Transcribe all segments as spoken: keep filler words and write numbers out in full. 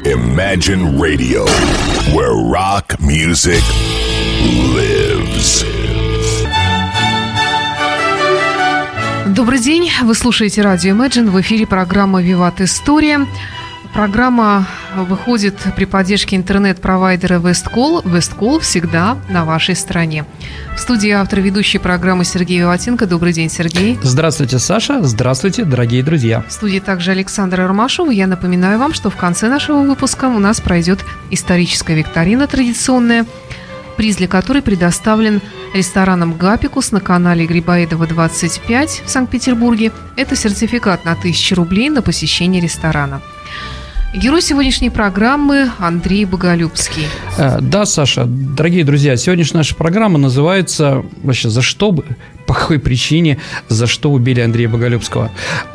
Imagine Radio, where rock music lives. Добрый день, вы слушаете радио Imagine, в эфире программа «Виват История». Программа выходит при поддержке интернет-провайдера Весткол. Весткол всегда на вашей стороне. В студии автор ведущей программы Сергей Виватенко. Добрый день, Сергей. Здравствуйте, Саша. Здравствуйте, дорогие друзья. В студии также Александр Ромашов. Я напоминаю вам, что в конце нашего выпуска у нас пройдет историческая викторина традиционная, приз для которой предоставлен рестораном «Гапикус» на канале Грибоедова двадцать пять в Санкт-Петербурге. Это сертификат на тысячу рублей на посещение ресторана. Герой сегодняшней программы Андрей Боголюбский. Да, Саша, дорогие друзья, сегодняшняя наша программа называется вообще «За что, по какой причине, за что убили Андрея Боголюбского».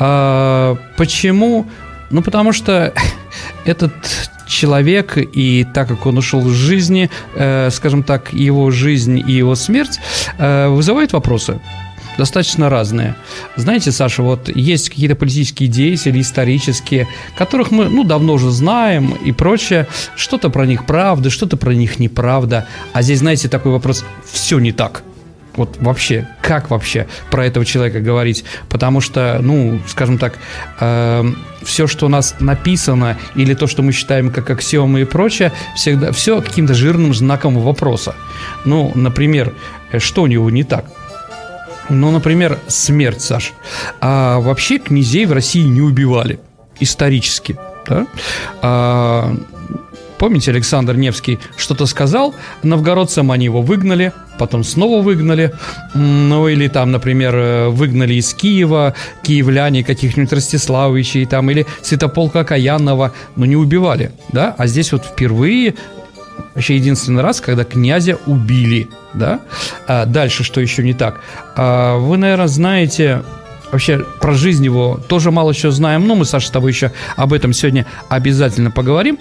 А, почему? Ну, потому что этот человек, и так как он ушел из жизни, э, скажем так, его жизнь и его смерть э, вызывают вопросы. Достаточно разные. Знаете, Саша, вот есть какие-то политические деятели, исторические, которых мы, ну, давно уже знаем и прочее. Что-то про них правда, что-то про них неправда. А здесь, знаете, такой вопрос: все не так. Вот вообще, как вообще про этого человека говорить? Потому что, ну, скажем так, э, все, что у нас написано, или то, что мы считаем как аксиомы и прочее, всегда все каким-то жирным знаком вопроса. Ну, например, что у него не так? Ну, например, смерть, Саш. А вообще князей в России не убивали исторически, да? А, помните, Александр Невский что-то сказал новгородцам, они его выгнали, потом снова выгнали. Ну, или там, например, выгнали из Киева киевляне каких-нибудь Ростиславичей, там, или Святополка Окаянного, но не убивали, да? А здесь вот впервые, вообще единственный раз, когда князя убили, да? А дальше что еще не так? А вы, наверное, знаете вообще про жизнь его, тоже мало чего знаем, но мы, Саша, с тобой еще об этом сегодня обязательно поговорим.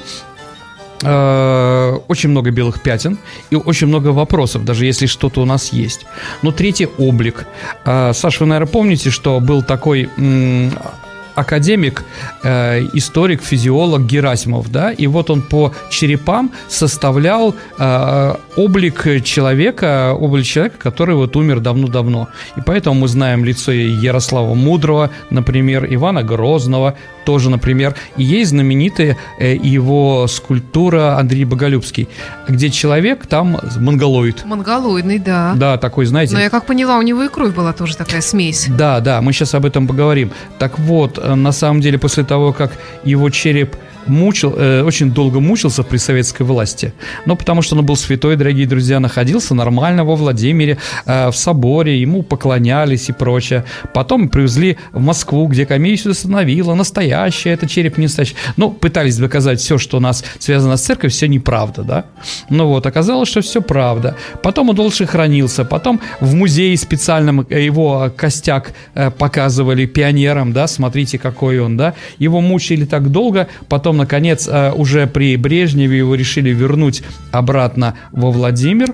Очень много белых пятен и очень много вопросов, даже если что-то у нас есть. Но третий — облик. Саша, вы, наверное, помните, что был такой академик, э, историк, физиолог Герасимов, да, и вот он по черепам составлял э, облик человека, облик человека, который вот умер давно-давно. И поэтому мы знаем лицо Ярослава Мудрого, например, Ивана Грозного, тоже, например. И есть знаменитая э, его скульптура Андрей Боголюбский, где человек там монголоид. Монголоидный, да. Да, такой, знаете. Но я как поняла, у него и кровь была тоже такая смесь. Да, да, мы сейчас об этом поговорим. Так вот, на самом деле, после того, как его череп мучил, э, очень долго мучился при советской власти, но потому что он был святой, дорогие друзья, находился нормально во Владимире, э, в соборе, ему поклонялись и прочее. Потом привезли в Москву, где комиссия установила, настоящий это череп, не настоящий. Ну, пытались доказать все, что у нас связано с церковью, все неправда, да? Ну вот, оказалось, что все правда. Потом он дольше хранился, потом в музее специальном его костяк э, показывали пионерам, да, смотрите, какой он, да? Его мучили так долго, потом наконец, уже при Брежневе его решили вернуть обратно во Владимир.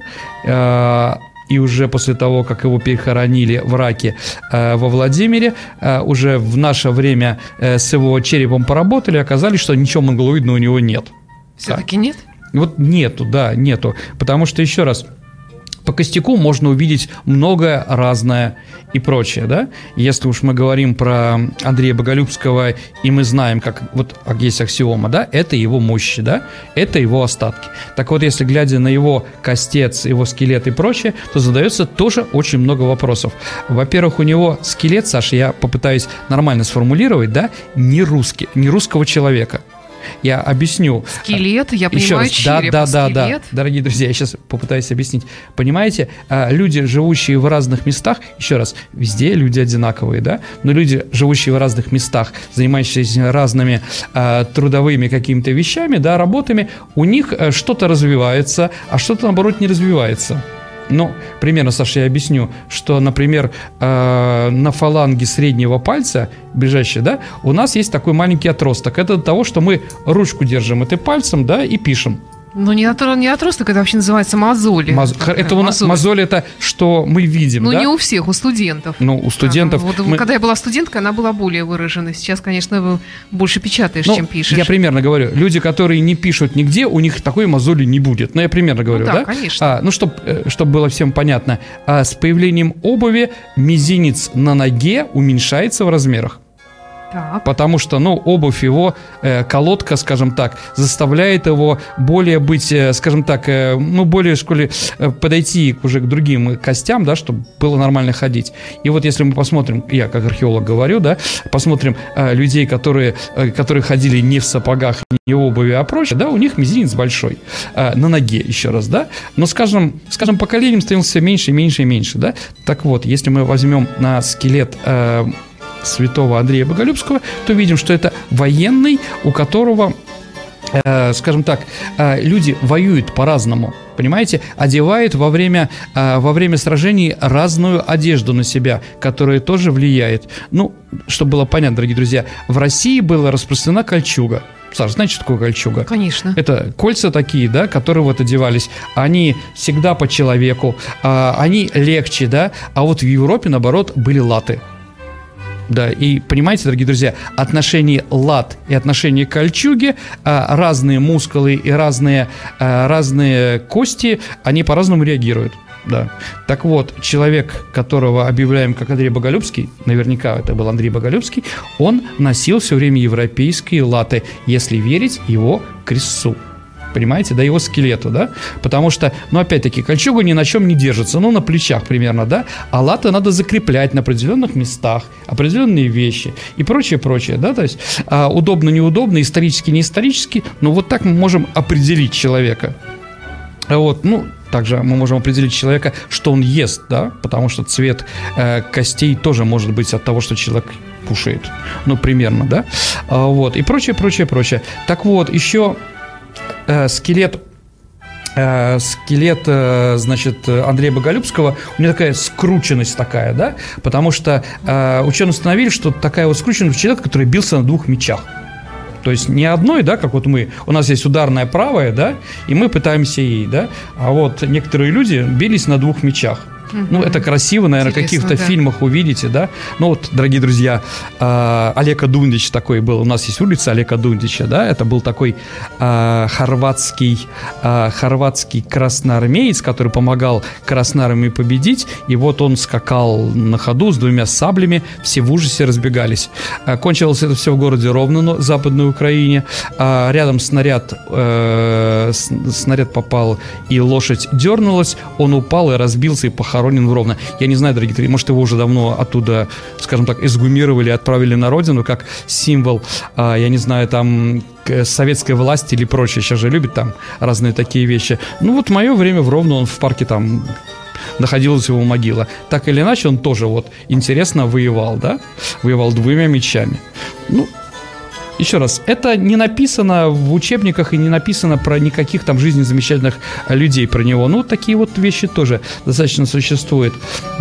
И уже после того, как его перехоронили в Раке во Владимире, уже в наше время с его черепом поработали, оказалось, что ничего монголоидного у него нет. Все-таки нет? Вот нету, да, нету. Потому что, еще раз, по костяку можно увидеть многое разное и прочее, да? Если уж мы говорим про Андрея Боголюбского, и мы знаем, как вот есть аксиома, да, это его мощи, да, это его остатки. Так вот, если глядя на его костец, его скелет и прочее, то задается тоже очень много вопросов. Во-первых, у него скелет, Саша, я попытаюсь нормально сформулировать, да, не русский, не русского человека. Я объясню. Скелет, я Еще понимаю, раз. череп, да, да, да, скелет. да, дорогие друзья, я сейчас попытаюсь объяснить. Понимаете, люди, живущие в разных местах, еще раз, везде люди одинаковые, да, но люди, живущие в разных местах, занимающиеся разными а, трудовыми какими-то вещами, да, работами, у них что-то развивается, а что-то, наоборот, не развивается. Ну, примерно, Саша, я объясню, что, например, э, на фаланге среднего пальца, ближайшей, да, у нас есть такой маленький отросток. Это от того, что мы ручку держим этой пальцем, да, и пишем. Ну, не, отро, не отросток, это вообще называется мозоли. Моз... Это у нас, мозоль это что мы видим, ну, да? не у всех, у студентов. Ну, у студентов... Да, вот, мы... Когда я была студенткой, она была более выражена. Сейчас, конечно, больше печатаешь, ну, чем пишешь. Я примерно говорю. Люди, которые не пишут нигде, у них такой мозоли не будет. Ну, я примерно говорю, ну, да? Да, конечно. А, ну, чтобы чтоб было всем понятно. А с появлением обуви мизинец на ноге уменьшается в размерах. Так. Потому что, ну, обувь его, э, колодка, скажем так, заставляет его более быть, э, скажем так, э, ну, более, что ли, э, подойти уже к другим костям, да, чтобы было нормально ходить. И вот если мы посмотрим, я как археолог говорю, да, посмотрим э, людей, которые, э, которые ходили не в сапогах, не в обуви, а проще, да, у них мизинец большой, э, на ноге, еще раз, да, но, скажем, скажем, поколением становился все меньше и меньше и меньше, да. Так вот, если мы возьмем на скелет э, святого Андрея Боголюбского, то видим, что это военный, у которого, э, скажем так, э, люди воюют по-разному, понимаете, одевают во время, э, во время сражений разную одежду на себя, которая тоже влияет. Ну, чтобы было понятно, дорогие друзья, в России была распространена кольчуга. Саша, знаете, что такое кольчуга? Конечно. Это кольца такие, да, которые вот одевались. Они всегда по человеку, э, они легче, да, а вот в Европе, наоборот, были латы. Да, и понимаете, дорогие друзья, отношение лат и отношение кольчуги, разные мускулы и разные, разные кости, они по-разному реагируют. Да. Так вот, человек, которого объявляем как Андрей Боголюбский, наверняка это был Андрей Боголюбский, он носил все время европейские латы, если верить его крестцу. Понимаете, да, его скелету, да, потому что, ну, опять-таки, кольчуга ни на чем не держится, ну, на плечах примерно, да, а латы надо закреплять на определенных местах, определенные вещи и прочее, прочее, да, то есть а, удобно, неудобно, исторически, не исторически, но вот так мы можем определить человека, вот, ну, также мы можем определить человека, что он ест, да, потому что цвет э, костей тоже может быть от того, что человек кушает, ну, примерно, да, а, вот, и прочее, прочее, прочее. Так вот, еще э, скелет, э, скелет, э, значит, Андрея Боголюбского, у него такая скрученность такая, да, потому что э, ученые установили, что такая вот скрученность у человека, который бился на двух мечах. То есть не одной, да, как вот мы, у нас есть ударная правая, да, и мы пытаемся ей, да, а вот некоторые люди бились на двух мечах. Mm-hmm. Ну, это красиво, наверное, в каких-то да. фильмах увидите, да. Ну, вот, дорогие друзья, э, Олег Адундич такой был, у нас есть улица Олега Адундича, да, это был такой э, хорватский, э, хорватский красноармеец, который помогал Красной армии победить, и вот он скакал на ходу с двумя саблями, все в ужасе разбегались. Э, кончилось это все в городе Ровно, на Западной Украине, э, рядом снаряд, э, снаряд попал, и лошадь дернулась, он упал и разбился, и похоронен в Ровно. Я не знаю, дорогие друзья, может, его уже давно оттуда, скажем так, эксгумировали, отправили на родину, как символ, я не знаю, там, советской власти или прочее. Сейчас же любят там разные такие вещи. Ну, вот в мое время в Ровно он в парке там находилась его могила. Так или иначе, он тоже вот интересно воевал, да? Воевал двумя мечами. Ну, еще раз, это не написано в учебниках и не написано про никаких там жизней замечательных людей про него. Ну, такие вот вещи тоже достаточно существуют.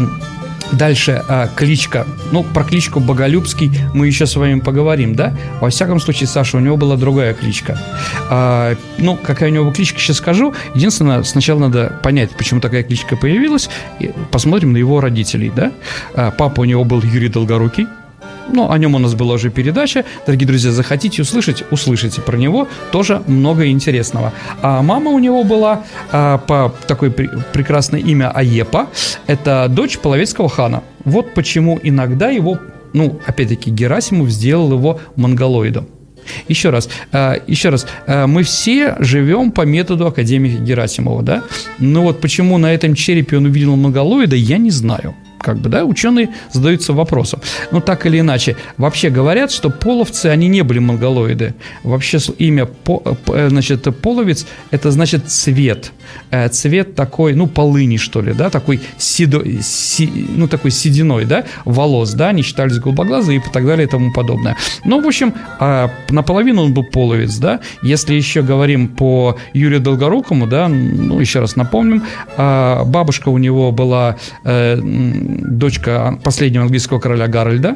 Дальше а, кличка. Ну, про кличку Боголюбский мы еще с вами поговорим, да? Во всяком случае, Саша, у него была другая кличка. А, ну, какая у него кличка, сейчас скажу. Единственное, сначала надо понять, почему такая кличка появилась. И посмотрим на его родителей, да? А, папа у него был Юрий Долгорукий. Ну, о нем у нас была уже передача. Дорогие друзья, захотите услышать, услышите про него. Тоже много интересного. А мама у него была а, по такой пр- прекрасное имя Аепа. Это дочь половецкого хана. Вот почему иногда его, ну, опять-таки, Герасимов сделал его монголоидом. Еще раз, еще раз, мы все живем по методу академика Герасимова, да? Но вот почему на этом черепе он увидел монголоида, я не знаю. Как бы, да, ученые задаются вопросом. Ну, так или иначе, вообще говорят, что половцы, они не были монголоиды. Вообще имя, по, значит, половец, это значит цвет. Цвет такой, ну, полыни, что ли, да, такой седо, си, ну, такой сединой, да, волос, да, они считались голубоглазые и так далее и тому подобное. Ну, в общем, наполовину он был половец, да. Если еще говорим по Юрию Долгорукому, да, ну, еще раз напомним, бабушка у него была дочка последнего английского короля Гарольда,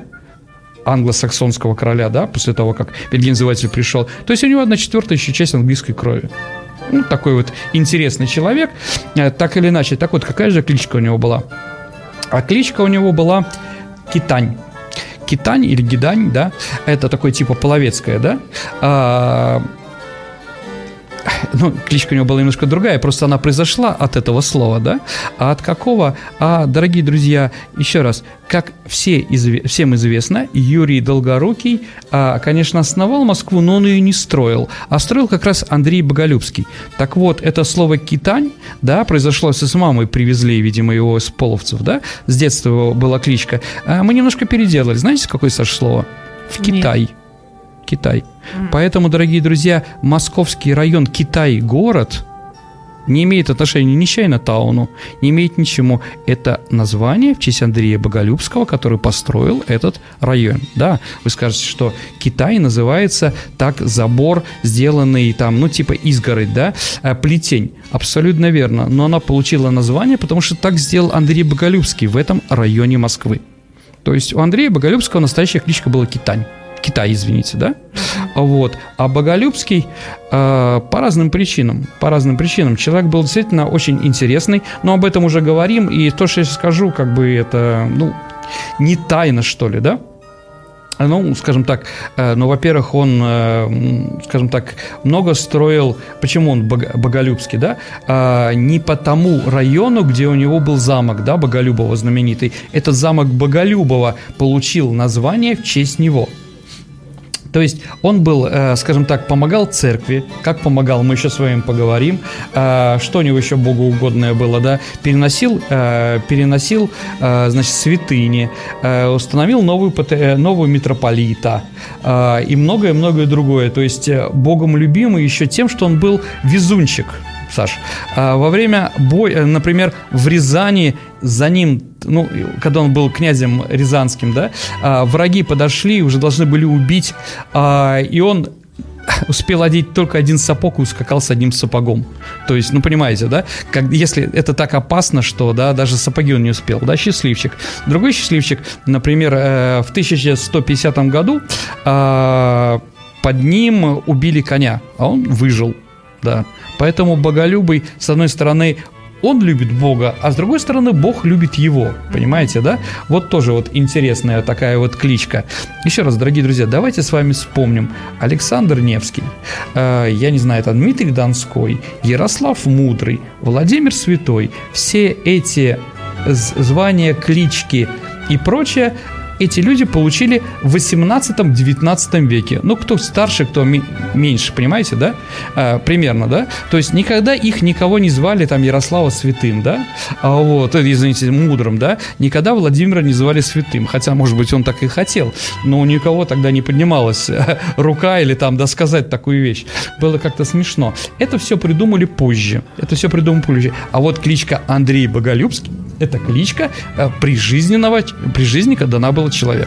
англосаксонского короля, да, после того, как Вильгельм Завоеватель пришел. То есть у него одна четвертая еще часть английской крови. Ну, такой вот интересный человек, так или иначе. Так вот, какая же кличка у него была? А кличка у него была Китань. Китань или Гидань, да, это такое типа половецкое, да. А, ну, кличка у него была немножко другая, просто она произошла от этого слова, да. А от какого? А, дорогие друзья, еще раз, как все изв... всем известно, Юрий Долгорукий, а, конечно, основал Москву, но он ее не строил, а строил как раз Андрей Боголюбский. Так вот, это слово «Китань», да, произошло с мамой, привезли, видимо, его из Половцев, да, с детства его была кличка. А мы немножко переделали. Знаете, какое, Саша, слово? В Китай. Нет. Китай. Mm. Поэтому, дорогие друзья, московский район Китай-город не имеет отношения ни к Чайна-тауну, не имеет ничему. Это название в честь Андрея Боголюбского, который построил этот район. Да, вы скажете, что Китай называется так забор, сделанный там, ну, типа изгородь, да, плетень. Абсолютно верно. Но она получила название, потому что так сделал Андрей Боголюбский в этом районе Москвы. То есть у Андрея Боголюбского настоящая кличка была Китань. Китай, извините, да? Вот. А Боголюбский э, по разным причинам, по разным причинам. Человек был действительно очень интересный, но об этом уже говорим, и то, что я сейчас скажу, как бы это, ну, не тайна, что ли, да? Ну, скажем так, э, ну, во-первых, он, э, скажем так, много строил, почему он Боголюбский, да? Э, не по тому району, где у него был замок, да, Боголюбова знаменитый. Этот замок Боголюбова получил название в честь него. То есть он был, э, скажем так, помогал церкви. Как помогал, мы еще с вами поговорим. Э, что у него еще богоугодное было, да? Переносил, э, переносил э, значит, святыни, э, установил новую, новую митрополита э, и многое-многое другое. То есть Богом любимый еще тем, что он был везунчик. Саш, во время боя, например, в Рязани за ним, ну, когда он был князем рязанским, да, враги подошли, уже должны были убить, и он успел одеть только один сапог и ускакал с одним сапогом. То есть, ну, понимаете, да, как, если это так опасно, что, да, даже сапоги он не успел, да, счастливчик. Другой счастливчик, например, в тысяча сто пятидесятом году под ним убили коня, а он выжил, да. Поэтому Боголюбый, с одной стороны, он любит Бога, а с другой стороны, Бог любит его. Понимаете, да? Вот тоже вот интересная такая вот кличка. Еще раз, дорогие друзья, давайте с вами вспомним. Александр Невский, э, я не знаю, это Дмитрий Донской, Ярослав Мудрый, Владимир Святой. Все эти звания, клички и прочее эти люди получили в восемнадцатом-девятнадцатом веке. Ну, кто старше, кто ми- меньше, понимаете, да? А, примерно, да? То есть никогда их никого не звали там Ярослава святым, да? А вот, извините, мудрым, да? Никогда Владимира не звали святым. Хотя, может быть, он так и хотел, но у никого тогда не поднималась рука или там, да, сказать такую вещь. Было как-то смешно. Это все придумали позже. Это все придумали позже. А вот кличка Андрей Боголюбский — это кличка прижизненного, при жизни, когда она была человек.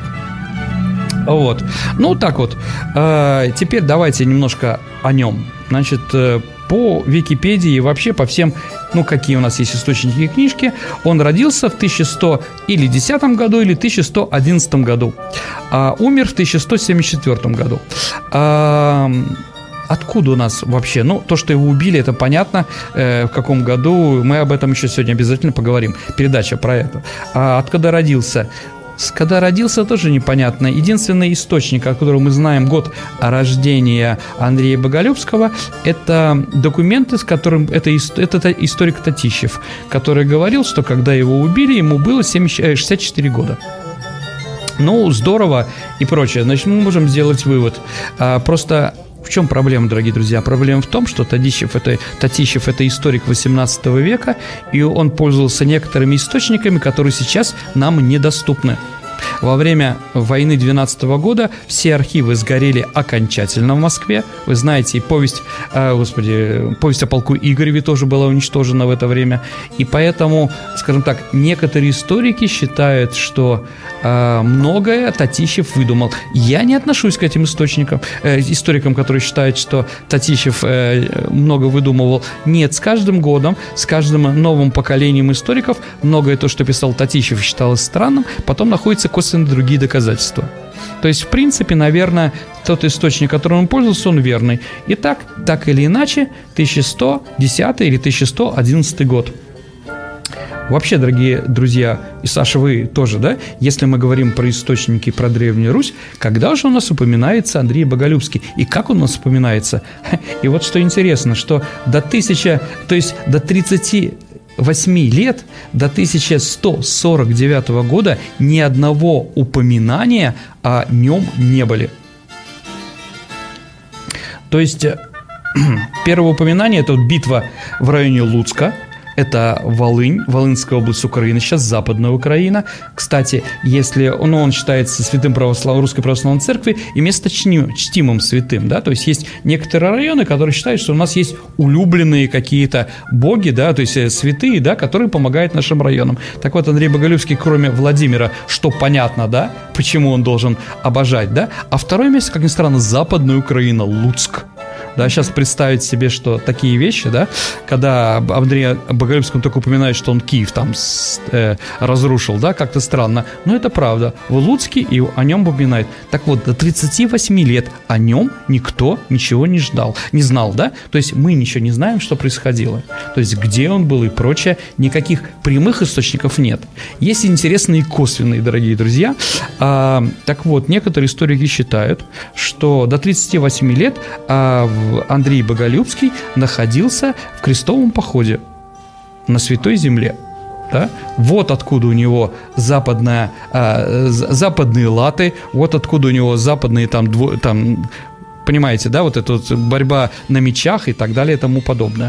Вот. Ну, так вот. Э, теперь давайте немножко о нем. Значит, э, по Википедии и вообще по всем, ну, какие у нас есть источники и книжки, он родился в тысяча сто десятом году или тысяча сто одиннадцатом году. А умер в тысяча сто семьдесят четвёртом году. А, откуда у нас вообще? Ну, то, что его убили, это понятно, э, в каком году. Мы об этом еще сегодня обязательно поговорим. Передача про это. А откуда родился? Когда родился, тоже непонятно. Единственный источник, о котором мы знаем год рождения Андрея Боголюбского, это документы, с которым это, это историк Татищев, который говорил, что когда его убили, ему было шестьдесят четыре года. Ну, здорово и прочее. Значит, мы можем сделать вывод. А, просто в чем проблема, дорогие друзья? Проблема в том, что Татищев это, Татищев это историк восемнадцатого века, и он пользовался некоторыми источниками, которые сейчас нам недоступны. Во время войны двенадцатого года все архивы сгорели окончательно в Москве. Вы знаете, и повесть, э, господи, повесть о полку Игореве тоже была уничтожена в это время. И поэтому, скажем так, некоторые историки считают, что э, многое Татищев выдумал. Я не отношусь к этим источникам, э, историкам, которые считают, что Татищев э, много выдумывал. Нет, с каждым годом, с каждым новым поколением историков многое то, что писал Татищев, считалось странным, потом находится косвенное косвенные другие доказательства. То есть, в принципе, наверное, тот источник, которым он пользовался, он верный. Итак, так или иначе, тысяча сто десятый или тысяча сто одиннадцатый год. Вообще, дорогие друзья, и Саша, вы тоже, да? Если мы говорим про источники, про Древнюю Русь, когда же у нас упоминается Андрей Боголюбский? И как он у нас упоминается? И вот что интересно, что до тысячи, то есть до тридцати восьми лет, до тысяча сто сорок девятого года ни одного упоминания о нем не было. То есть первое упоминание – это вот битва в районе Луцка. Это Волынь, Волынская область Украины, сейчас Западная Украина. Кстати, если ну, он считается святым православ... Русской Православной Церкви и место чтимым святым, да, то есть есть некоторые районы, которые считают, что у нас есть улюбленные какие-то боги, да, то есть святые, да, которые помогают нашим районам. Так вот, Андрей Боголюбский, кроме Владимира, что понятно, да, почему он должен обожать, да, а второе место, как ни странно, Западная Украина, Луцк. Да, сейчас представить себе, что такие вещи, да, когда Андрей Боголюбский только упоминает, что он Киев там э, разрушил, да, как-то странно, но это правда. В Луцке и о нем упоминает. Так вот, до тридцати восьми лет о нем никто ничего не ждал, не знал, да, то есть мы ничего не знаем, что происходило, то есть где он был и прочее, никаких прямых источников нет. Есть интересные и косвенные, дорогие друзья. А, так вот, некоторые историки считают, что до тридцати восьми лет а, в Андрей Боголюбский находился в крестовом походе на Святой Земле. Да? Вот откуда у него западная, э, западные латы, вот откуда у него западные там, дво, там понимаете, да, вот эта вот борьба на мечах и так далее и тому подобное.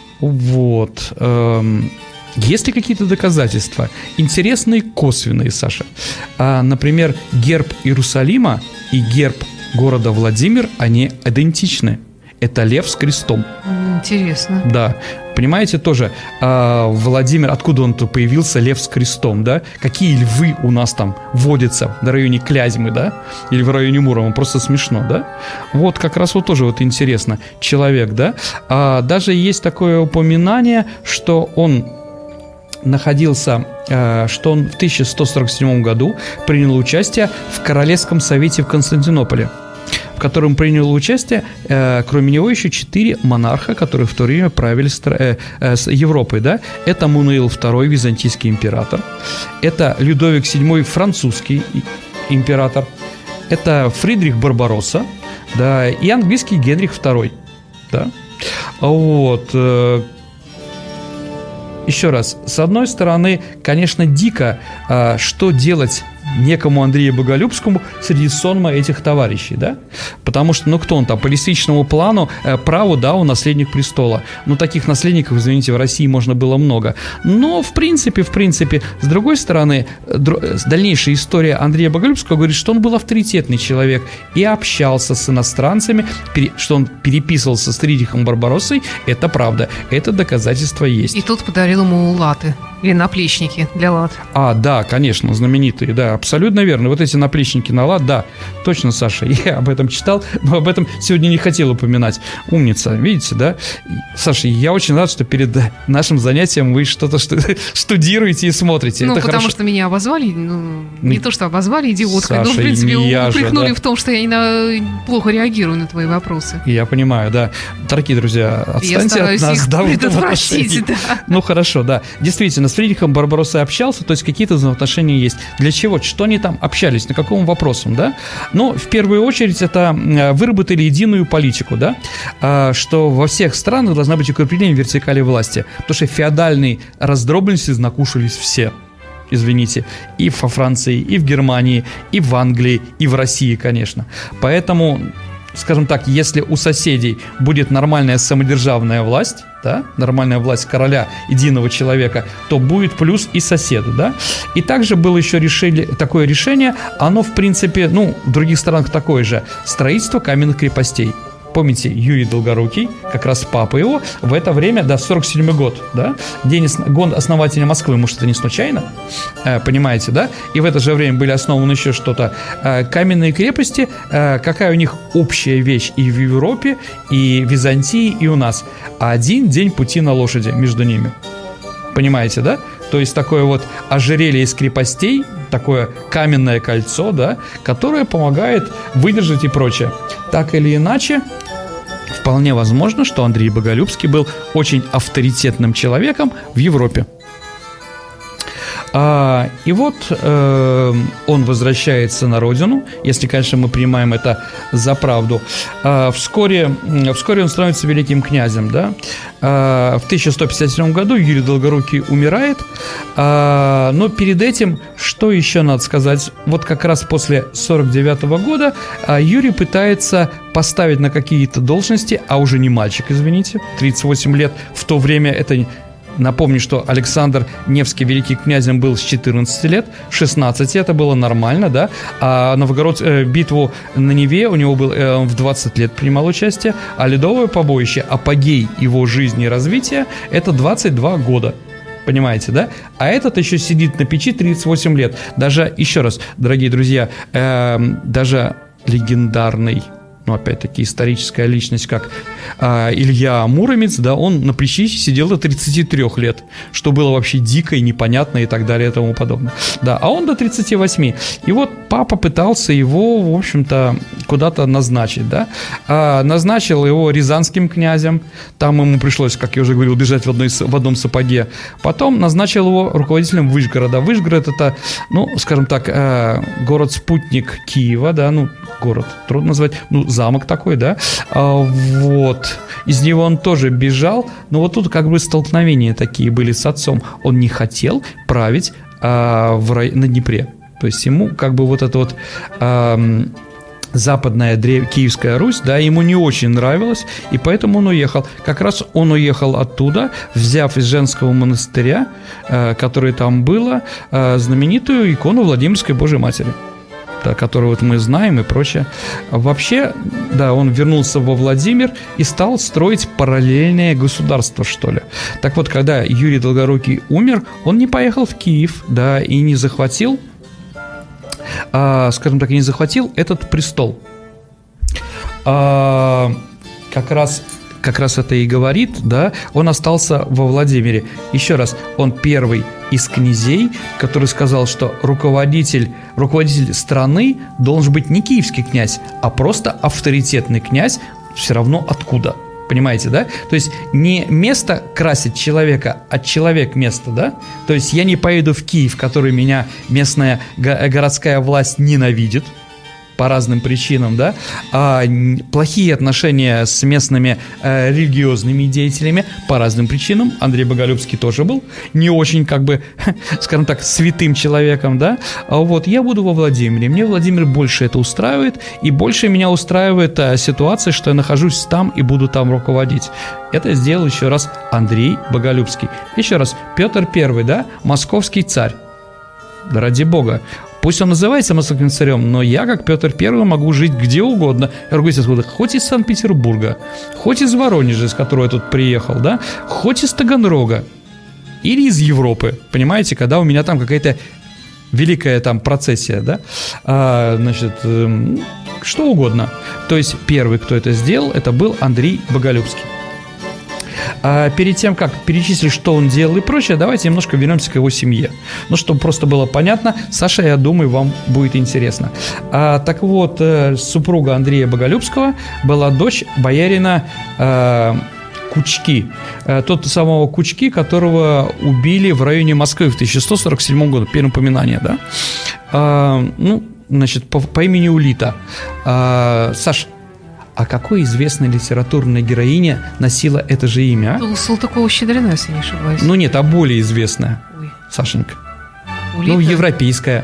Вот. Эм, есть ли какие-то доказательства? Интересные, косвенные, Саша. А, например, герб Иерусалима и герб города Владимир, они идентичны. Это лев с крестом. Интересно. Да. Понимаете, тоже э, Владимир, откуда он тут появился, лев с крестом, да? Какие львы у нас там водятся на районе Клязьмы, да? Или в районе Мурома, просто смешно, да? Вот как раз вот тоже вот интересно. Человек, да? А, даже есть такое упоминание, что он находился, э, что он в тысяча сто сорок седьмом году принял участие в Королевском совете в Константинополе, в котором приняло участие, э, кроме него, еще четыре монарха, которые в то время правили стра- э, э, с Европой. Да? Это Мануил второй, византийский император. Это Людовик седьмой, французский император. Это Фридрих Барбаросса, да, и английский Генрих второй. Да? Вот. Э, еще раз. С одной стороны, конечно, дико, э, что делать некому Андрею Боголюбскому среди сонма этих товарищей, да? Потому что, ну, кто он там? По лестничному плану, э, праву, да, он наследник престола. Ну, таких наследников, извините, в России можно было много. Но, в принципе, в принципе, с другой стороны, др- дальнейшая история Андрея Боголюбского говорит, что он был авторитетный человек и общался с иностранцами, пере- что он переписывался с Фридрихом Барбароссой, это правда, это доказательство есть. И тот подарил ему латы, или наплечники для лат. А, да, конечно, знаменитые, да, абсолютно верно. Вот эти наплечники на лад, да, точно, Саша, я об этом читал, но об этом сегодня не хотел упоминать. Умница, видите, да? Саша, я очень рад, что перед нашим занятием вы что-то штудируете и смотрите. Ну, это потому хорошо. что меня обозвали, ну, не, не то, что обозвали идиоткой, Саша, но, в принципе, упрекнули же, да? в том, что я не на... плохо реагирую на твои вопросы. Я понимаю, да. Дорогие друзья, отстаньте от нас. Да, предотвратить, да. Ну, хорошо, да. Действительно, с Фридрихом Барбароссой общался, то есть какие-то взаимоотношения есть. Для чего? Что они там общались? На каком вопросом, да? Ну, в первую очередь, это выработали единую политику, да? Что во всех странах должна быть укрепление вертикали власти. Потому что феодальной раздробленности накушались все. Извините, и во Франции, и в Германии, и в Англии, и в России, конечно. Поэтому, скажем так, если у соседей будет нормальная самодержавная власть, да, нормальная власть короля, единого человека, то будет плюс и соседу, да. И также было еще решили, такое решение, оно, в принципе, ну, в других странах такое же, строительство каменных крепостей. Помните, Юрий Долгорукий, как раз папа его, в это время, да, сорок седьмой год, да, день год основателя Москвы, может, это не случайно, э, понимаете, да, и в это же время были основаны еще что-то, э, каменные крепости, э, какая у них общая вещь и в Европе, и в Византии, и у нас, один день пути на лошади между ними, понимаете, да, то есть такое вот ожерелье из крепостей, такое каменное кольцо, да, которое помогает выдержать и прочее. Так или иначе, вполне возможно, что Андрей Боголюбский был очень авторитетным человеком в Европе. А, и вот э, он возвращается на родину, если, конечно, мы принимаем это за правду. А, вскоре, вскоре он становится великим князем, да? А, в тысяча сто пятьдесят седьмом году Юрий Долгорукий умирает, а, но перед этим, что еще надо сказать, вот как раз после сорок девятого года а, Юрий пытается поставить на какие-то должности, а уже не мальчик, извините, тридцать восемь лет, в то время это... Напомню, что Александр Невский великий князем был с четырнадцати лет, в шестнадцати это было нормально, да, а Новгород, э, битву на Неве у него был, э, в двадцать лет принимал участие, а Ледовое побоище, апогей его жизни и развития, это двадцать два года. Понимаете, да? А этот еще сидит на печи тридцать восемь лет. Даже, еще раз, дорогие друзья, э, даже легендарный, ну, опять-таки, историческая личность, как э, Илья Муромец, да, он на печи сидел до тридцати трёх лет, что было вообще дико и непонятно и так далее и тому подобное. Да, а он до тридцати восьми. И вот папа пытался его, в общем-то, куда-то назначить, да. А, назначил его рязанским князем, там ему пришлось, как я уже говорил, бежать в, одной, в одном сапоге. Потом назначил его руководителем Вышгорода. Вышгород — это, ну, скажем так, э, город-спутник Киева, да, ну, город, трудно назвать, ну, замок такой, да, а, вот, из него он тоже бежал, но вот тут как бы столкновения такие были с отцом, он не хотел править а, в рай... на Днепре, то есть ему как бы вот это вот а, западная древ... Киевская Русь, да, ему не очень нравилось, и поэтому он уехал, как раз он уехал оттуда, взяв из женского монастыря, а, который там было, а, знаменитую икону Владимирской Божией Матери, да, которую вот мы знаем и прочее. Вообще, да, он вернулся во Владимир и стал строить параллельное государство, что ли. Так вот, когда Юрий Долгорукий умер, он не поехал в Киев, да, и не захватил, а, скажем так, не захватил этот престол. А, как раз... как раз это и говорит, да, он остался во Владимире. Еще раз, он первый из князей, который сказал, что руководитель, руководитель страны должен быть не киевский князь, а просто авторитетный князь, все равно откуда. Понимаете, да? То есть не место красит человека, а человек место, да? То есть я не поеду в Киев, который меня местная городская власть ненавидит, по разным причинам, да, а плохие отношения с местными э, религиозными деятелями по разным причинам. Андрей Боголюбский тоже был не очень, как бы, скажем так, святым человеком, да, а вот я буду во Владимире, мне Владимир больше это устраивает, и больше меня устраивает а, ситуация, что я нахожусь там и буду там руководить. Это сделал еще раз Андрей Боголюбский. Еще раз, Петр Первый, да, московский царь, да ради бога. Пусть он называется московским царем, но я, как Петр Первый, могу жить где угодно. Я говорю, откуда? Хоть из Санкт-Петербурга, хоть из Воронежа, из которого я тут приехал, да, хоть из Таганрога или из Европы, понимаете, когда у меня там какая-то великая там процессия, да, а, значит, э, что угодно. То есть первый, кто это сделал, это был Андрей Боголюбский. А перед тем, как перечислить, что он делал и прочее, давайте немножко вернемся к его семье. Ну, чтобы просто было понятно, Саша, я думаю, вам будет интересно. А, так вот, супруга Андрея Боголюбского была дочь боярина а, Кучки. А, тот самого Кучки, которого убили в районе Москвы в тысяча сто сорок седьмом году. Первое упоминание, да? А, ну, значит, по, по имени Улита. А, Саш, а какой известной литературной героине носила это же имя? У Салтыкова-Щедрина, если не ошибаюсь. Ну нет, а более известная. Ой. Сашенька. Улита? Ну, европейская.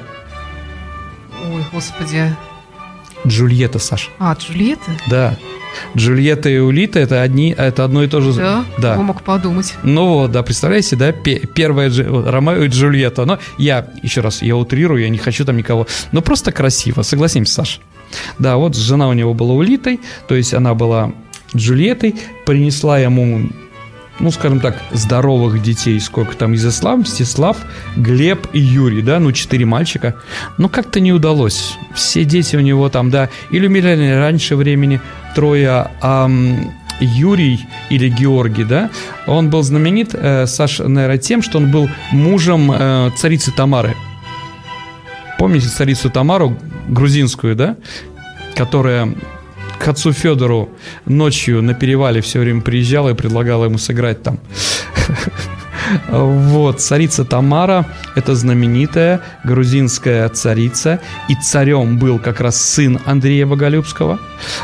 Ой, господи. Джульетта, Саш. А, Джульетта? Да. Джульетта и Улита — это, одни, это одно и то же. Да? Да. Кто мог подумать? Ну вот, да, представляете, да, первая Ромео и Джульетта. Но я, еще раз, я утрирую, я не хочу там никого. Но просто красиво, согласимся, Саша. Да, вот жена у него была Улитой, то есть она была Джульеттой, принесла ему, ну, скажем так, здоровых детей, сколько там, Изяслав, Мстислав, Глеб и Юрий, да, ну, четыре мальчика. Но как-то не удалось. Все дети у него там, да, или умерли раньше времени, трое, а Юрий или Георгий, да, он был знаменит, э, Саша, наверное, тем, что он был мужем э, царицы Тамары. помните царицу Тамару грузинскую, да, которая к отцу Федору ночью на перевале все время приезжала и предлагала ему сыграть там. Вот, царица Тамара – это знаменитая грузинская царица, и царем был как раз сын Андрея Боголюбского.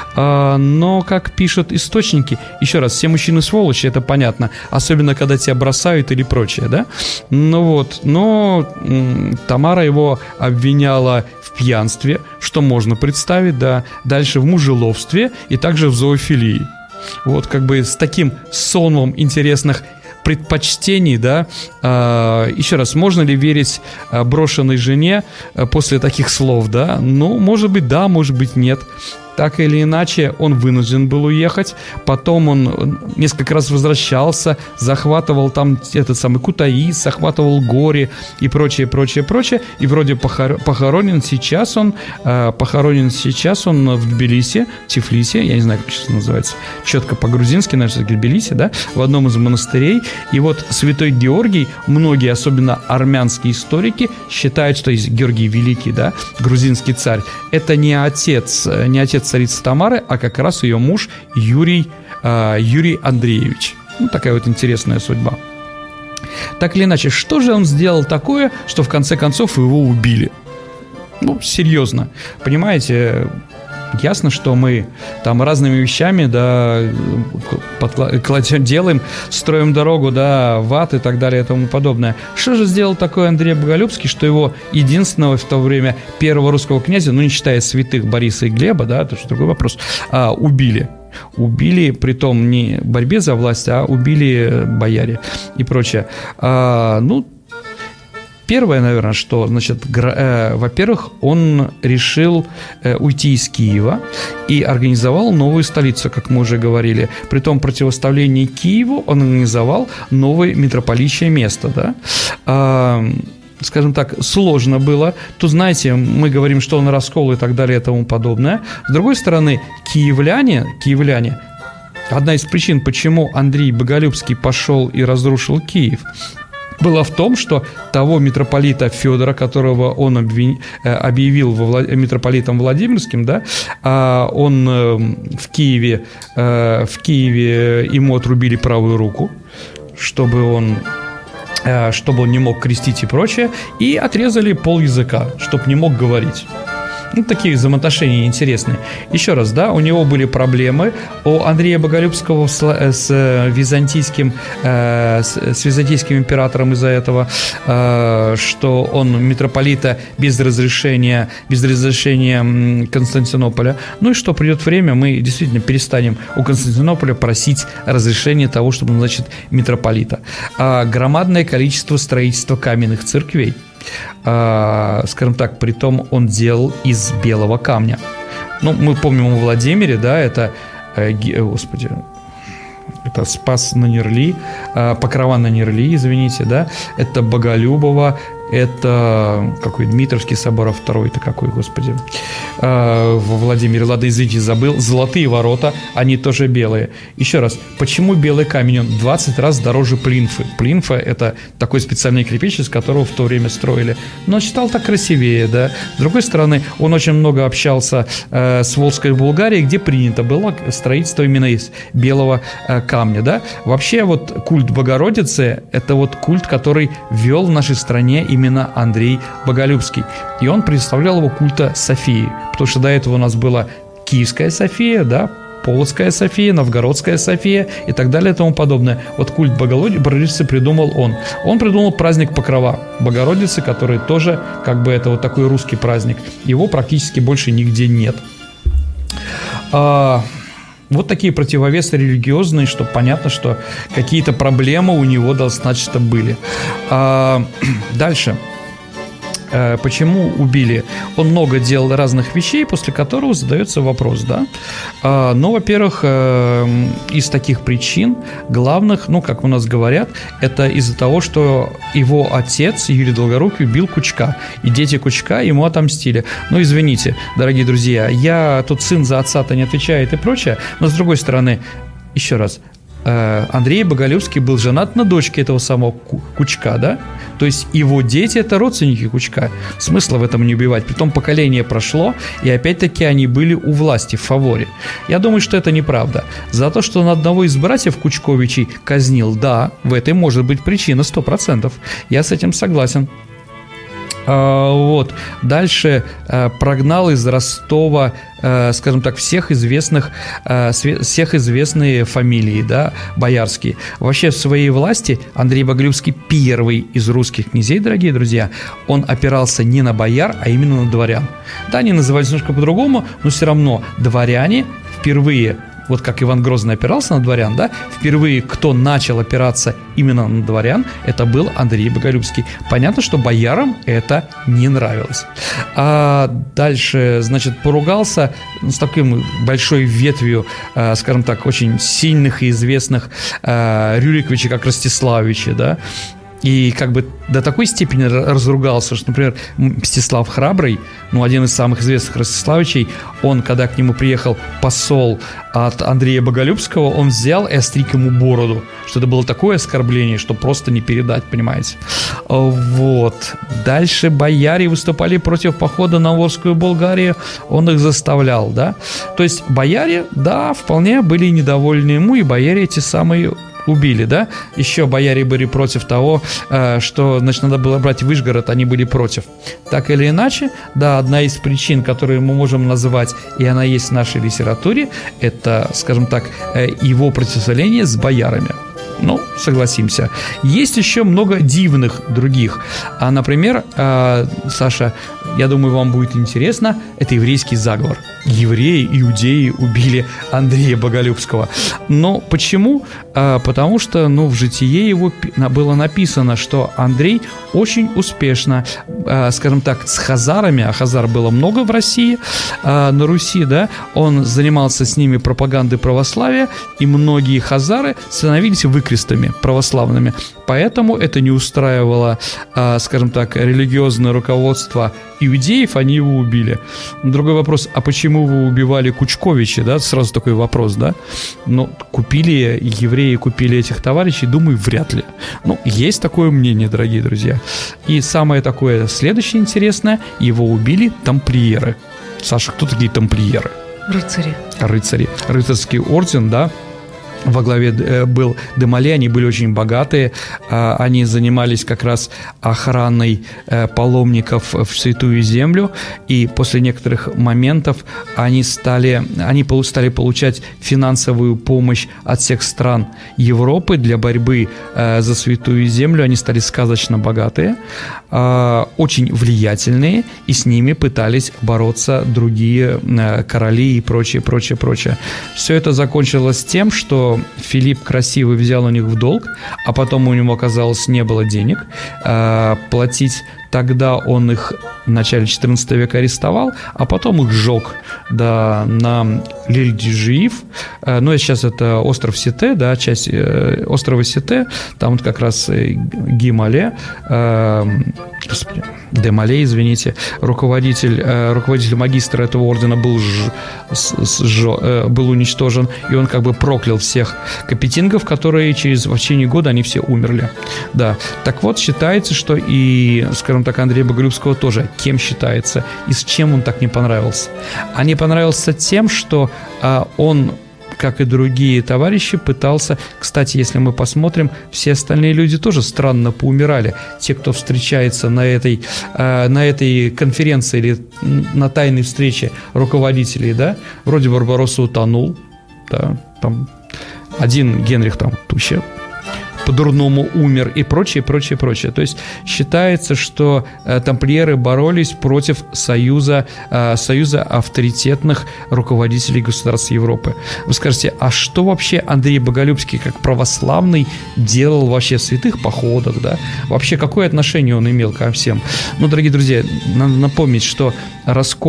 Но, как пишут источники, еще раз, все мужчины сволочи, это понятно, особенно когда тебя бросают или прочее, да? Ну вот, но Тамара его обвиняла в пьянстве, что можно представить, да, дальше в мужеловстве и также в зоофилии. Вот, как бы с таким сонмом интересных предпочтений, да, а, еще раз, можно ли верить а, брошенной жене а, после таких слов, да? Ну, может быть, да, может быть, нет. Так или иначе, он вынужден был уехать. Потом он несколько раз возвращался, захватывал там этот самый Кутаис, захватывал Гори и прочее, прочее, прочее. И вроде похор- похоронен сейчас он, э, похоронен сейчас он в Тбилиси, Тифлисе, я не знаю, как сейчас называется, четко по-грузински, наверное, Тбилиси, да, в одном из монастырей. И вот святой Георгий, многие, особенно армянские историки, считают, что есть Георгий Великий, да, грузинский царь, это не отец, не отец царицы Тамары, а как раз ее муж Юрий, э, Юрий Андреевич. Ну, такая вот интересная судьба. Так или иначе, что же он сделал такое, что в конце концов его убили? Ну, серьезно. Понимаете, ясно, что мы там разными вещами, да, кладем, делаем, строим дорогу, да, в ад и так далее и тому подобное. Что же сделал такой Андрей Боголюбский, что его единственного в то время первого русского князя, ну, не считая святых Бориса и Глеба, да, это же другой вопрос, а, убили? Убили, притом не в борьбе за власть, а убили бояре и прочее. А, ну, Первое, наверное, что, значит, гра- э, во-первых, он решил э, уйти из Киева и организовал новую столицу, как мы уже говорили. При том противоставлении Киеву он организовал новое митрополичье место, да. А, скажем так, сложно было. Тут, знаете, мы говорим, что он раскол и так далее и тому подобное. С другой стороны, киевляне, киевляне, одна из причин, почему Андрей Боголюбский пошел и разрушил Киев, была в том, что того митрополита Федора, которого он обвин... объявил во Влад... митрополитом Владимирским, да, он в Киеве, в Киеве ему отрубили правую руку, чтобы он, чтобы он не мог крестить и прочее, и отрезали пол языка, чтобы не мог говорить. Ну, такие взаимоотношения интересные. Еще раз, да, у него были проблемы. У Андрея Боголюбского с, с византийским, э, с, с византийским императором из-за этого, э, что он митрополита без разрешения, без разрешения Константинополя. Ну и что придет время, мы действительно перестанем у Константинополя просить разрешения того, чтобы назначить митрополита. А громадное количество строительства каменных церквей. Uh, скажем так, притом он делал из белого камня. Ну, мы помним у Владимире, да, это, э, господи, это Спас на Нерли, э, Покрова на Нерли, извините, да, это Боголюбово, это какой Дмитровский собор, а второй это какой, господи, э, во Владимире, ладно, извините, забыл, Золотые ворота, они тоже белые. Еще раз, почему белый камень? Он в двадцать раз дороже плинфы. Плинфа – это такой специальный кирпич, из которого в то время строили. Но он стал так красивее, да. С другой стороны, он очень много общался э, с Волжской Булгарией, где принято было строительство именно из белого э, камня, да. Вообще вот культ Богородицы – это вот культ, который ввел в нашей стране именно именно Андрей Боголюбский. И он представлял его культа Софии, потому что до этого у нас была Киевская София, да, Полоцкая София, Новгородская София и так далее и тому подобное. Вот культ Богородицы придумал он. Он придумал праздник Покрова Богородицы, который тоже как бы это вот такой русский праздник. Его практически больше нигде нет. А... Вот такие противовесы религиозные, что понятно, что какие-то проблемы у него достаточно были. А, дальше. А, почему убили? Он много делал разных вещей, после которого задается вопрос, да? А, ну, во-первых, а, из таких причин главных, ну, как у нас говорят, это из-за того, что его отец Юрий Долгорукий убил Кучка, и дети Кучка ему отомстили. Ну, извините, дорогие друзья, я тут сын за отца-то не отвечает и прочее, но с другой стороны, еще раз, Андрей Боголюбский был женат на дочке этого самого Кучка, да? То есть его дети – это родственники Кучка. Смысла в этом не убивать. Притом поколение прошло, и опять-таки они были у власти в фаворе. Я думаю, что это неправда. За то, что он одного из братьев Кучковичей казнил, да, в этой может быть причина сто процентов. Я с этим согласен. А, вот. Дальше а, прогнал из Ростова, а, скажем так, всех известных, а, све- всех известные фамилии, да, боярские. Вообще в своей власти Андрей Боголюбский первый из русских князей, дорогие друзья, он опирался не на бояр, а именно на дворян. Да, они назывались немножко по-другому, но все равно дворяне впервые, вот как Иван Грозный опирался на дворян, да, впервые кто начал опираться именно на дворян, это был Андрей Боголюбский. Понятно, что боярам это не нравилось. А дальше, значит, поругался с такой большой ветвью, а, скажем так, очень сильных и известных а, Рюриковичей, как Ростиславичи, да, и как бы до такой степени разругался, что, например, Мстислав Храбрый, ну, один из самых известных Ростиславичей, он, когда к нему приехал посол от Андрея Боголюбского, он взял и остриг ему бороду, что это было такое оскорбление, что просто не передать, понимаете. Вот. Дальше бояре выступали против похода на Волжскую Болгарию, он их заставлял, да. То есть бояре, да, вполне были недовольны ему, и бояре эти самые убили, да? Еще бояре были против того, что, значит, надо было брать Вышгород, они были против. Так или иначе, да, одна из причин, которые мы можем назвать, и она есть в нашей литературе, это, скажем так, его противостояние с боярами. Ну, согласимся. Есть еще много дивных других. А, например, э, Саша, я думаю, вам будет интересно, это еврейский заговор. Евреи, иудеи убили Андрея Боголюбского. Но почему? Э, потому что, ну, в житие его было написано, что Андрей очень успешно, э, скажем так, с хазарами, а хазар было много в России, э, на Руси, да, он занимался с ними пропагандой православия, и многие хазары становились выкрестными православными. Поэтому это не устраивало, скажем так, религиозное руководство иудеев, они его убили. Другой вопрос, а почему вы убивали Кучковича, да? Сразу такой вопрос, да? Ну, купили, евреи купили этих товарищей, думаю, вряд ли. Ну, есть такое мнение, дорогие друзья. И самое такое следующее интересное, его убили тамплиеры. Саша, кто такие тамплиеры? Рыцари. Рыцари. Рыцарский орден, да? Во главе был де Моле, они были очень богатые, они занимались как раз охраной паломников в Святую Землю, и после некоторых моментов они стали, они стали получать финансовую помощь от всех стран Европы для борьбы за Святую Землю, они стали сказочно богатые, очень влиятельные, и с ними пытались бороться другие короли и прочее, прочее, прочее. Все это закончилось тем, что Филипп Красивый взял у них в долг, а потом у него, оказалось, не было денег э, платить. Тогда он их в начале четырнадцатого века арестовал, а потом их сжег, да, на Лиль-Джиив. Э, ну, и сейчас это остров Сите, да, часть э, острова Сите. Там вот как раз Ги Моле, э, господи, де Моле, извините, руководитель, э, руководитель магистра этого ордена был, ж, с, ж, э, был уничтожен, и он как бы проклял всех капетингов, которые через в течение года они все умерли. Да. Так вот, считается, что и, скажем так, Андрея Боголюбского тоже кем считается и с чем он так не понравился. А не понравился тем, что а, он, как и другие товарищи, пытался... Кстати, если мы посмотрим, все остальные люди тоже странно поумирали. Те, кто встречается на этой, э, на этой конференции или на тайной встрече руководителей, да, вроде Барбаросса утонул, да, там один Генрих там вообще по-дурному умер и прочее, прочее, прочее. То есть считается, что э, тамплиеры боролись против союза, э, союза авторитетных руководителей государств Европы. Вы скажете, а что вообще Андрей Боголюбский как православный делал вообще в святых походах, да? Вообще какое отношение он имел ко всем? Ну, дорогие друзья, надо напомнить, что раскол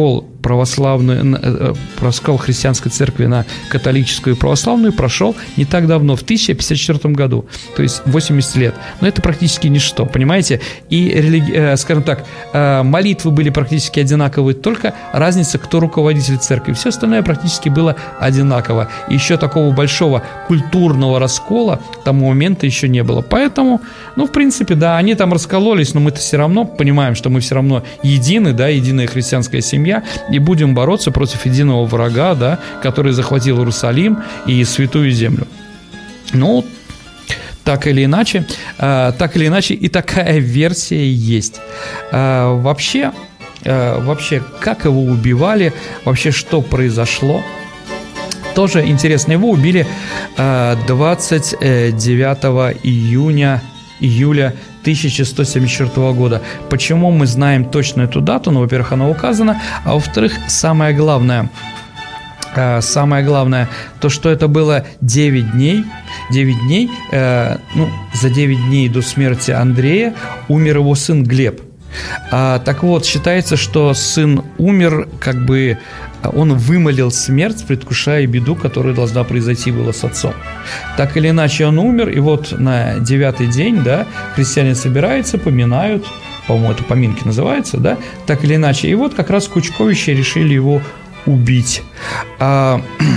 православную, раскол христианской церкви на католическую и православную прошел не так давно, в тысяча пятьдесят четвёртом году, то есть восемьдесят лет. Но это практически ничто, понимаете? И, религи... скажем так, молитвы были практически одинаковые, только разница, кто руководитель церкви. Все остальное практически было одинаково. И еще такого большого культурного раскола к тому моменту еще не было. Поэтому, ну, в принципе, да, они там раскололись, но мы-то все равно понимаем, что мы все равно едины, да, единая христианская семья, и будем бороться против единого врага, да, который захватил Иерусалим и Святую Землю. Ну, так или иначе, э, так или иначе, и такая версия есть. Э, вообще, э, вообще, как его убивали, вообще, что произошло, тоже интересно. Его убили э, двадцать девятого июня, июля тысяча сто семьдесят четвёртого года. Почему мы знаем точно эту дату? Ну, во-первых, она указана, а во-вторых, самое главное, э, самое главное, то, что это было девять дней, девять дней, э, ну, за девять дней до смерти Андрея умер его сын Глеб. А, так вот, считается, что сын умер, как бы он вымолил смерть, предвкушая беду, которая должна произойти была с отцом. Так или иначе, он умер, и вот на девятый день, да, христиане собираются, поминают, по-моему, это поминки называется, да, так или иначе. И вот как раз кучковища решили его убить. А,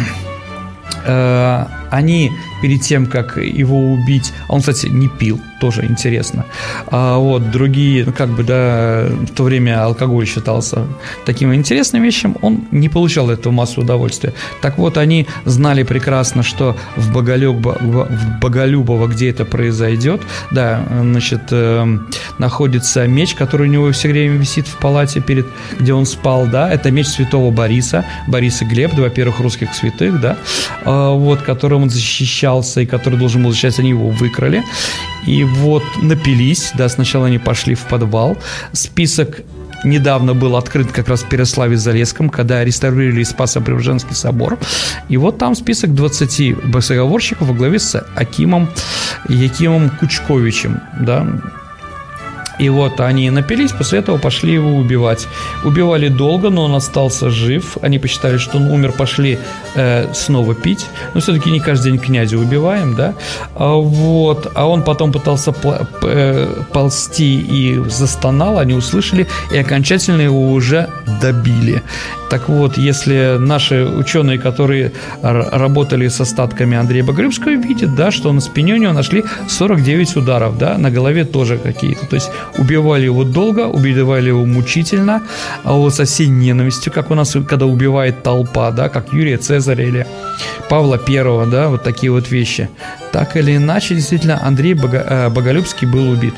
а, они перед тем, как его убить, он, кстати, не пил, тоже интересно. А вот другие, ну, как бы, да, в то время алкоголь считался таким интересным вещем, он не получал этого массу удовольствия. Так вот, они знали прекрасно, что в Боголюбово, в Боголюбово, где это произойдет, да, значит, э, находится меч, который у него все время висит в палате, перед, где он спал, да, это меч святого Бориса, Борис и Глеб, два первых русских святых, да, э, вот, которым он защищался и который должен был защищать, они его выкрали. И вот напились, да, сначала они пошли в подвал. Список недавно был открыт как раз в Переславе-Залесском, когда реставрировали Спасо-Преображенский собор. И вот там список двадцати богословщиков во главе с Акимом Якимом Кучковичем, да. И вот они напились, после этого пошли его убивать. Убивали долго, но он остался жив. Они посчитали, что он умер, пошли э, снова пить. Но все-таки не каждый день князя убиваем, да. А, вот. А он потом пытался пл- э, ползти и застонал, они услышали, и окончательно его уже добили. Так вот, если наши ученые, которые р- работали с остатками Андрея Боголюбского, видят, да, что на спине у него нашли сорок девять ударов, да, на голове тоже какие-то. То есть убивали его долго, убивали его мучительно, а вот со всей ненавистью, как у нас, когда убивает толпа, да, как Юрия Цезаря или Павла Первого, да, вот такие вот вещи. Так или иначе, действительно, Андрей Бого- Боголюбский был убит.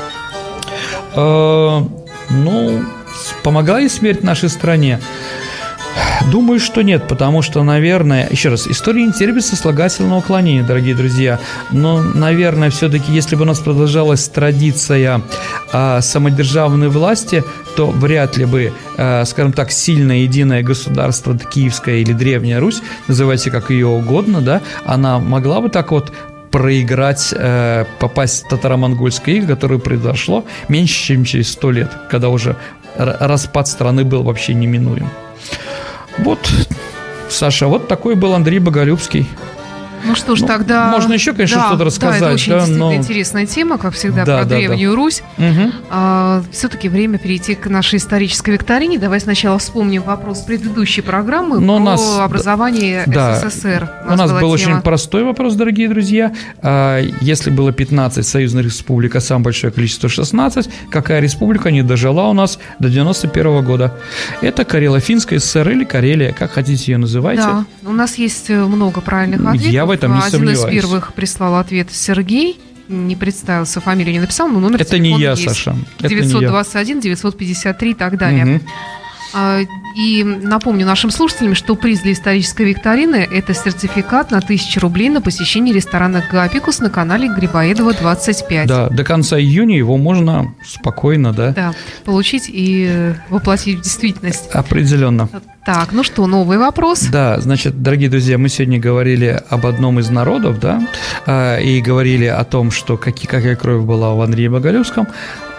Э, ну, помогла ли смерть нашей стране? Думаю, что нет, потому что, наверное, еще раз, история не терпит сослагательного уклонения, дорогие друзья, но, наверное, все-таки, если бы у нас продолжалась традиция а, самодержавной власти, то вряд ли бы, а, скажем так, сильное единое государство, Киевская или Древняя Русь, называйте как ее угодно, да, она могла бы так вот проиграть, э, попасть в татаро-монгольское иго, которое произошло меньше, чем через сто лет, когда уже распад страны был вообще неминуем. Вот, Саша, вот такой был Андрей Боголюбский. Ну что ж, ну, тогда... Можно еще, конечно, да, что-то рассказать. Да, это очень да, действительно но... интересная тема, как всегда, да, про да, Древнюю да. Русь. Угу. А, все-таки время перейти к нашей исторической викторине. Давай сначала вспомним вопрос предыдущей программы но про нас... образование да, СССР. У нас, у нас был тема. очень простой вопрос, дорогие друзья. Если было пятнадцать союзных республик, а самое большое количество шестнадцать, какая республика не дожила у нас до девяносто первого года? Это Карело-Финская ССР или Карелия, как хотите ее называйте. Да, у нас есть много правильных ответов. Я в этом не Один сомневаюсь. из первых прислал ответ Сергей, не представился, фамилию не написал, но номер это телефона не я, есть. Саша. девятьсот двадцать один девятьсот пятьдесят три и так далее. Угу. И напомню нашим слушателям, что приз для исторической викторины – это сертификат на тысячу рублей на посещение ресторана «Гапикус» на канале Грибоедова двадцать пять. Да, до конца июня его можно спокойно, да? Да, получить и воплотить в действительность. Определенно. Так, ну что, новый вопрос? Да, значит, дорогие друзья, мы сегодня говорили об одном из народов, да, и говорили о том, что какие, какая кровь была у Андрея Боголюбского.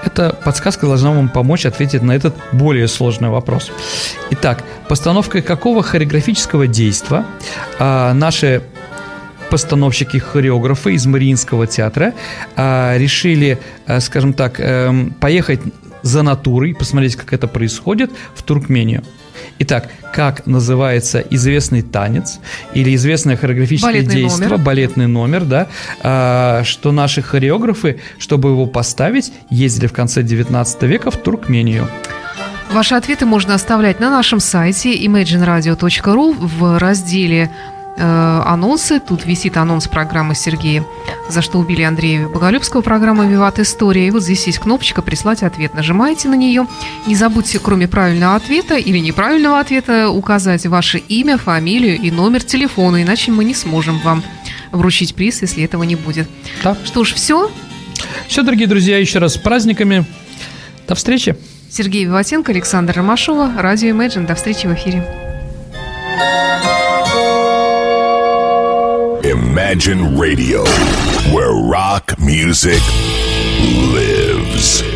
Эта подсказка должна вам помочь ответить на этот более сложный вопрос. Итак, постановкой какого хореографического действия а, наши постановщики, хореографы из Мариинского театра а, решили, а, скажем так, а, поехать за натурой, посмотреть, как это происходит в Туркмению. Итак, как называется известный танец или известное хореографическое балетный действие, номер. балетный номер, да, а, что наши хореографы, чтобы его поставить, ездили в конце девятнадцатого века в Туркмению. Ваши ответы можно оставлять на нашем сайте имэджин радио точка ру в разделе э, «Анонсы». Тут висит анонс программы Сергея «За что убили Андрея Боголюбского», программа «Виват История». И вот здесь есть кнопочка «Прислать ответ». Нажимаете на нее. Не забудьте, кроме правильного ответа или неправильного ответа, указать ваше имя, фамилию и номер телефона, иначе мы не сможем вам вручить приз, если этого не будет. Да. Что ж, все. Все, дорогие друзья, еще раз с праздниками. До встречи. Сергей Виватенко, Александр Ромашова, радио Imagine. До встречи в эфире. Imagine Radio, where rock music lives.